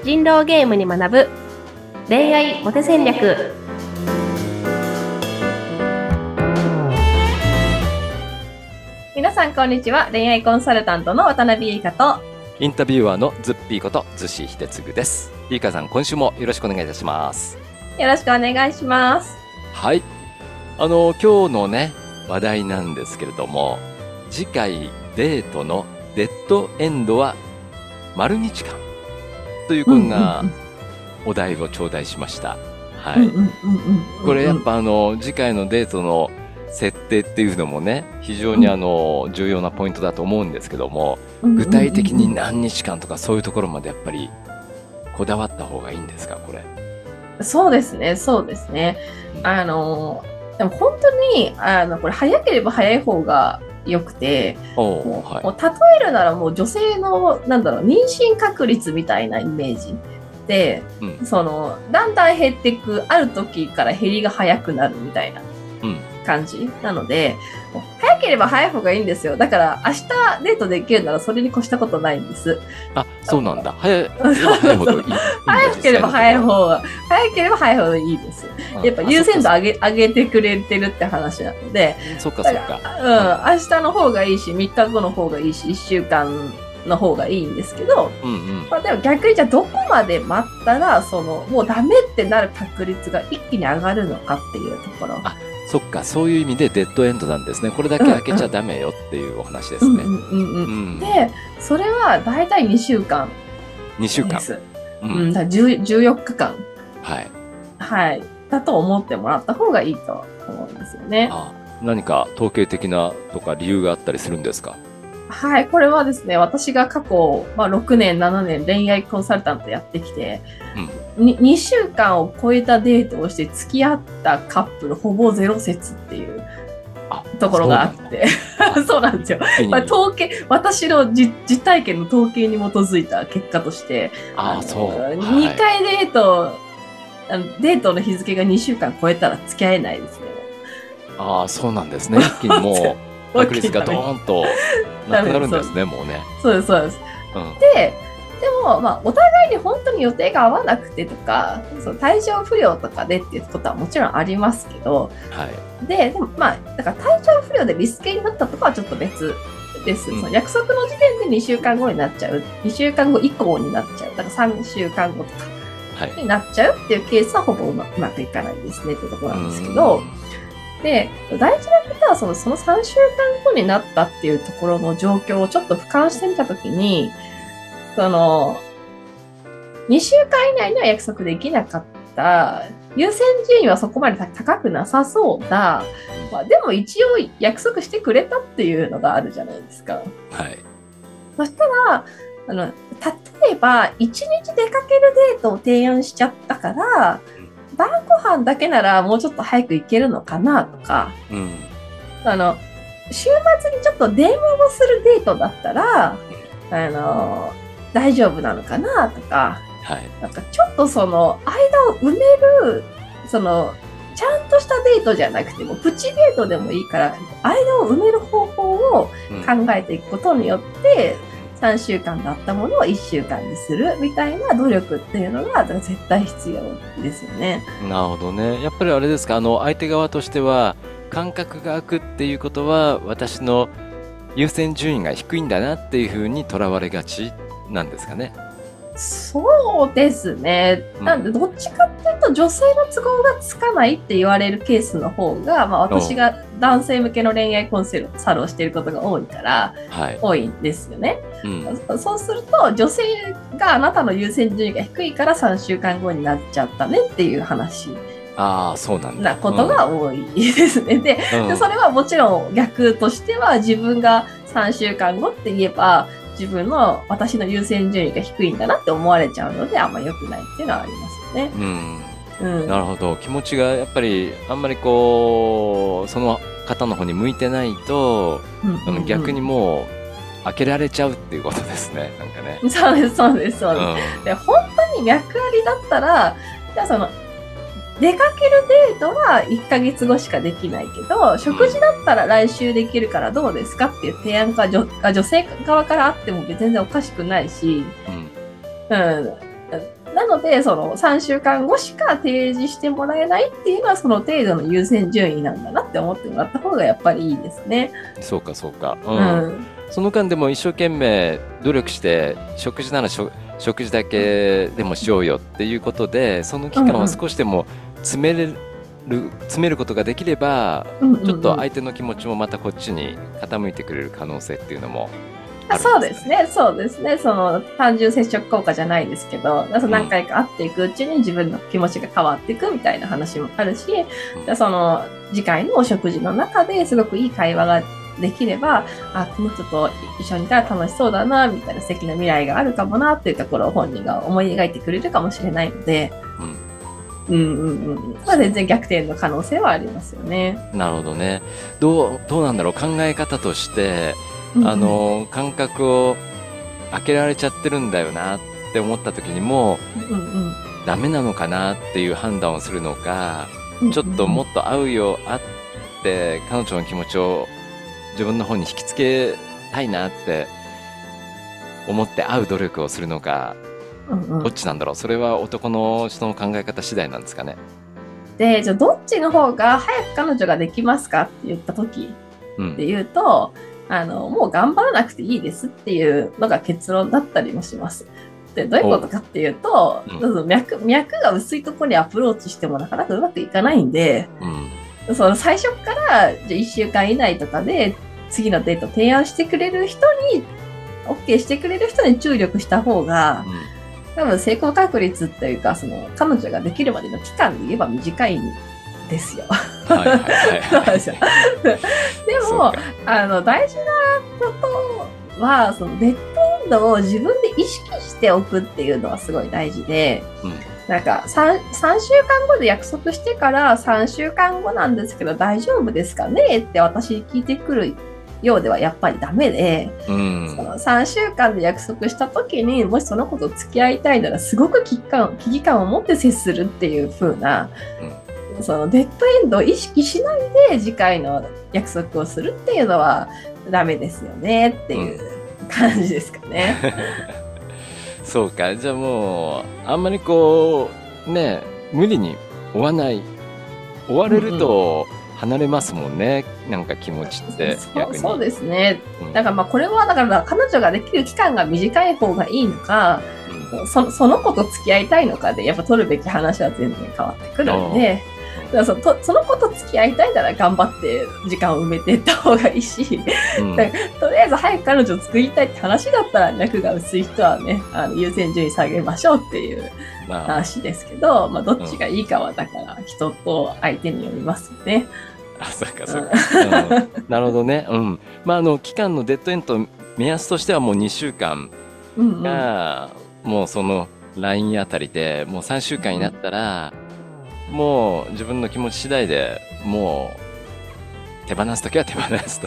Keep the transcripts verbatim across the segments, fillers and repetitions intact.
人狼ゲームに学ぶ恋愛モテ戦略。皆さんこんにちは。恋愛コンサルタントの渡辺優香とインタビュアーのズッピーこと逗子秀次です。優香さん、今週もよろしくお願いいたします。 よろしくお願いします。 はい、あの今日のね話題なんですけれども、次回デートのデッドエンドは丸日間というこんなお題を頂戴しました。はい。これやっぱあの次回のデートの設定っていうのもね、非常にあの重要なポイントだと思うんですけども、具体的に何日間とかそういうところまでやっぱりこだわった方がいいんですか、これ。 そうですね、そうですね。あのでも本当にあのこれ早ければ早い方がよくて、もう、はい、もう例えるならもう女性のなんだろう妊娠確率みたいなイメージで、うん、そのだんだん減っていく、ある時から減りが早くなるみたいな感じ、うん、なので早ければ早い方がいいんですよ。だから明日デートできるならそれに越したことないんです。 あ、そうなんだ。早ければ早いほどいい。 早ければ早い方が早ければ早いほどいいです。やっぱ優先度上げ上げてくれてるって話なので、 そっかそっか。 うん、明日の方がいいし、みっかごの方がいいし、いっしゅうかんの方がいいんですけど、うんうん、まあ、でも逆にじゃあどこまで待ったらそのもうダメってなる確率が一気に上がるのかっていうところ。 あ、そっか、そういう意味でデッドエンドなんですね。これだけ開けちゃダメよっていうお話ですね。 で、それはだいたいにしゅうかんにしゅうかんです。うん、だからじゅうよっかかん、 はい、 はい、だと思ってもらった方がいいと思うんですよね。 ああ、何か統計的なとか理由があったりするんですか？ はい、これはですね、私が過去、まあ、ろくねんななねん恋愛コンサルタントやってきて、うん、ににしゅうかんを超えたデートをして付き合ったカップルほぼゼロ説っていうところがあってそうなんですよ。まあ、統計、私の実体験の統計に基づいた結果として、 ああ、そう、はい、 にかいデート、あのデートの日付がにしゅうかん超えたら付き合えないですね。 ああ、そうなんですね。一気にもう確率がドーンとなくなるんですね、もうね。 そうです、そうです。うん、で、でも、まあ、お互いに本当に予定が合わなくてとか、その体調不良とかでっていうことはもちろんありますけど、はい、で、でもまあ、だから体調不良でリスケになったとかはちょっと別です。うん、その約束の時点でにしゅうかんごになっちゃう。にしゅうかんご以降になっちゃう。だからさんしゅうかんごとかになっちゃうっていうケースはほぼうまくいかないですねってところなんですけど、で、大事なことはその、そのさんしゅうかんごになったっていうところの状況をちょっと俯瞰してみたときに、その、にしゅうかん以内には約束できなかった、優先順位はそこまで高くなさそうだ、まあ、でも一応約束してくれたっていうのがあるじゃないですか。 はい。 そしたら、あの、例えば、一日出かけるデートを提案しちゃったから、晩ご飯だけならもうちょっと早く行けるのかなとか、うん、あの、週末にちょっと電話をするデートだったら、あの、大丈夫なのかなとか、はい、なんかちょっとその間を埋める、その、ちゃんとしたデートじゃなくても、プチデートでもいいから、間を埋める方法を考えていくことによって、うん、さんしゅうかんだったものをいっしゅうかんにするみたいな努力っていうのが絶対必要ですよね。 なるほどね。やっぱりあれですか、あの相手側としては感覚が空くっていうことは私の優先順位が低いんだなっていうふうにとらわれがちなんですかね。 そうですね。なんでどっちかっていうと女性の都合がつかないって言われるケースの方が、まあ、私が男性向けの恋愛コンサルをしていることが多いから、はい、多いんですよね、うん、そうすると女性があなたの優先順位が低いからさんしゅうかんごになっちゃったねっていう話。 ああ、そうなんだ。 なことが多いですね。うん、で、うん、それはもちろん逆としては自分がさんしゅうかんごって言えば自分の私の優先順位が低いんだなって思われちゃうのであんま良くないっていうのはありますよね。 うん、うん、なるほど。気持ちがやっぱりあんまりこうその方の方に向いてないと、うんうんうん、逆にもう開けられちゃうっていうことですね。なんかね。 そうですそうですそうです。うん、で本当に脈ありだったらじゃあその出かけるデートはいっかげつごしかできないけど、食事だったら来週できるからどうですかっていう提案が 女, 女性側からあっても全然おかしくないし、うんうん、 なので、そのさんしゅうかんごしか提示してもらえないっていうのは、その程度の優先順位なんだなって思ってもらった方がやっぱりいいですね。 そうかそうか。うん。 うん、 その間でも一生懸命努力して、食事ならしょ食事だけでもしようよっていうことで、その期間を少しでも詰めれる、詰めることができれば、 うんうんうん、 ちょっと相手の気持ちもまたこっちに傾いてくれる可能性っていうのもあるんそうですね、そうですね。その単純接触効果じゃないですけど、その何回か会っていくうちに自分の気持ちが変わっていくみたいな話もあるし、うん、その次回のお食事の中ですごくいい会話ができれば、あ、この人と一緒にいたら楽しそうだな、みたいな素敵な未来があるかもなっていうところを本人が思い描いてくれるかもしれないので、うん、うんうんうん。まあ全然逆転の可能性はありますよね。 なるほどね。どう、どうなんだろう、考え方として、あの感覚を開けられちゃってるんだよなって思った時にも、うんうん、ダメなのかなっていう判断をするのか、うんうん、ちょっともっと会うよあって彼女の気持ちを自分の方に引きつけたいなって思って会う努力をするのか、うんうん、どっちなんだろう。それは男の人の考え方次第なんですかね。 で、じゃあどっちの方が早く彼女ができますかって言った時っていうと、うんあの、もう頑張らなくていいですっていうのが結論だったりもします。で、どういうことかっていうと、うん、脈、脈が薄いところにアプローチしてもなかなかうまくいかないんで、うん、その最初から、じゃあいっしゅうかん以内とかで次のデート提案してくれる人に、OK してくれる人に注力した方が、うん、多分成功確率っていうか、その彼女ができるまでの期間で言えば短いんですよ。はいはいはいはい、でもあの大事なことはそのデッドエンドを自分で意識しておくっていうのはすごい大事で、うん、なんか 3, 3週間後で約束してからさんしゅうかんごなんですけど大丈夫ですかねって私に聞いてくるようではやっぱりダメで、うん、そのさんしゅうかんで約束した時にもしその子と付き合いたいならすごく危機感、危機感を持って接するっていう風な、うん、そのデッドエンドを意識しないで次回の約束をするっていうのはダメですよねっていう感じですかね。 うん、そうか。じゃあもうあんまりこうね無理に追わない追われると、うんうん離れますもんね。なんか気持ちって逆に。 そう、そうですね。だからまあこれはだから彼女ができる期間が短い方がいいのか、うん、そ, その子と付き合いたいのかでやっぱ取るべき話は全然変わってくるんで、だから そ, その子と付き合いたいなら頑張って時間を埋めていった方がいいし、うん、だからとりあえず早く彼女を作りたいって話だったら脈が薄い人はねあの優先順位下げましょうっていう話ですけど、まあ、どっちがいいかはだから人と相手によりますよね。 あ、そうかそうか、うん、なるほどね、うん、まああの期間のデッドエンド目安としてはもうにしゅうかんが、うんうん、もうそのラインあたりでもうさんしゅうかんになったら、うん、もう自分の気持ち次第でもう手放すときは手放すと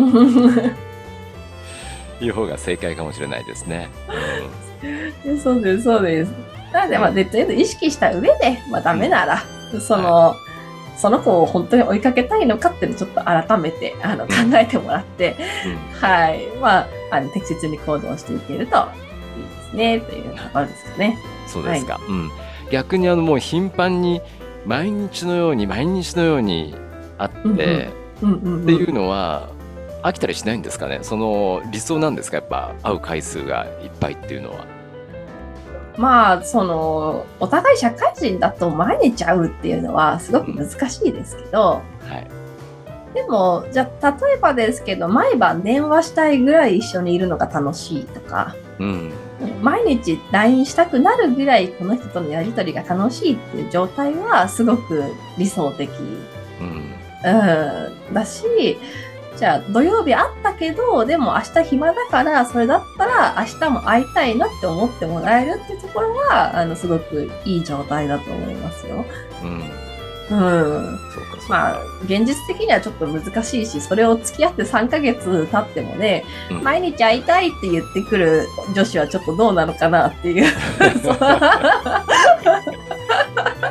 いう方が正解かもしれないですね、 うん、そうですそうです。なのでまあデッドエンド意識した上で、まあ、ダメなら、うん、その、はいその子を本当に追いかけたいのかっていうのをちょっと改めてあの考えてもらって、うん、はい、まあ、あの適切に行動していけるといいですねというところですかね。 そうですか。はい、うん。逆にあのもう頻繁に毎日のように毎日のように会ってっていうのは飽きたりしないんですかね。その理想なんですか。やっぱ会う回数がいっぱいっていうのは。 まあ、その、お互い社会人だと毎日会うっていうのはすごく難しいですけど、うんはい、でも、じゃあ、例えばですけど、毎晩電話したいぐらい一緒にいるのが楽しいとか、うん、毎日 ライン したくなるぐらいこの人とのやりとりが楽しいっていう状態はすごく理想的、うんうん、だし、じゃあ土曜日あったけどでも明日暇だからそれだったら明日も会いたいなって思ってもらえるっていうところはあのすごくいい状態だと思いますよ。うん。うん。そうかそうか。まあ現実的にはちょっと難しいしそれを付き合ってさんかげつ経ってもね、うん、毎日会いたいって言ってくる女子はちょっとどうなのかなっていう。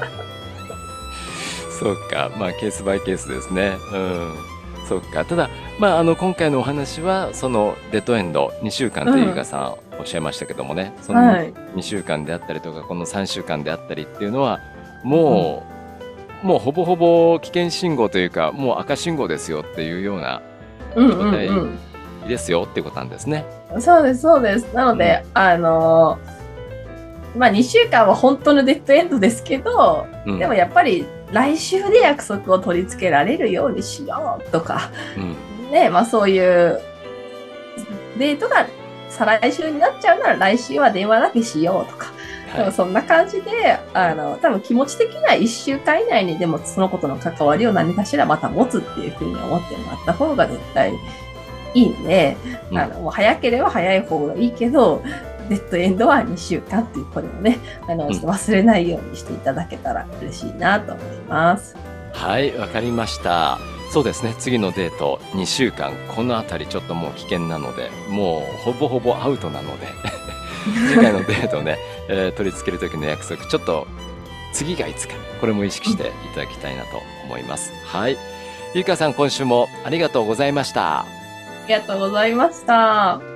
そうか。まあケースバイケースですね。うん。そうか。ただまあ、あの今回のお話はそのデッドエンドにしゅうかんってゆいかさんおっしゃいましたけどもね、そのにしゅうかんであったりとかこのさんしゅうかんであったりっていうのはもう、うん、もうほぼほぼ危険信号というかもう赤信号ですよっていうような状態ですよっていうことなんですね。 そうですそうです。なので、うん、あのまあにしゅうかんは本当のデッドエンドですけど、うん、でもやっぱり来週で約束を取り付けられるようにしようとか、うん、ね、まあそういうデートが再来週になっちゃうなら来週は電話だけしようとか、はい、そんな感じで、あの、多分気持ち的にはいっしゅうかん以内にでもそのことの関わりを何かしらまた持つっていうふうに思ってもらった方が絶対いいんで、うん、あの、もう早ければ早い方がいいけど、デッドエンドはにしゅうかんっていうこれをね、あの、忘れないようにしていただけたら嬉しいなと思います。 はい、わかりました。そうですね、次のデートにしゅうかん、このあたりちょっともう危険なので、もうほぼほぼアウトなので、次回のデートね、えー、取り付ける時の約束、ちょっと次がいつか、これも意識していただきたいなと思います。うん、はい。ゆいかさん、今週もありがとうございました。 ありがとうございました。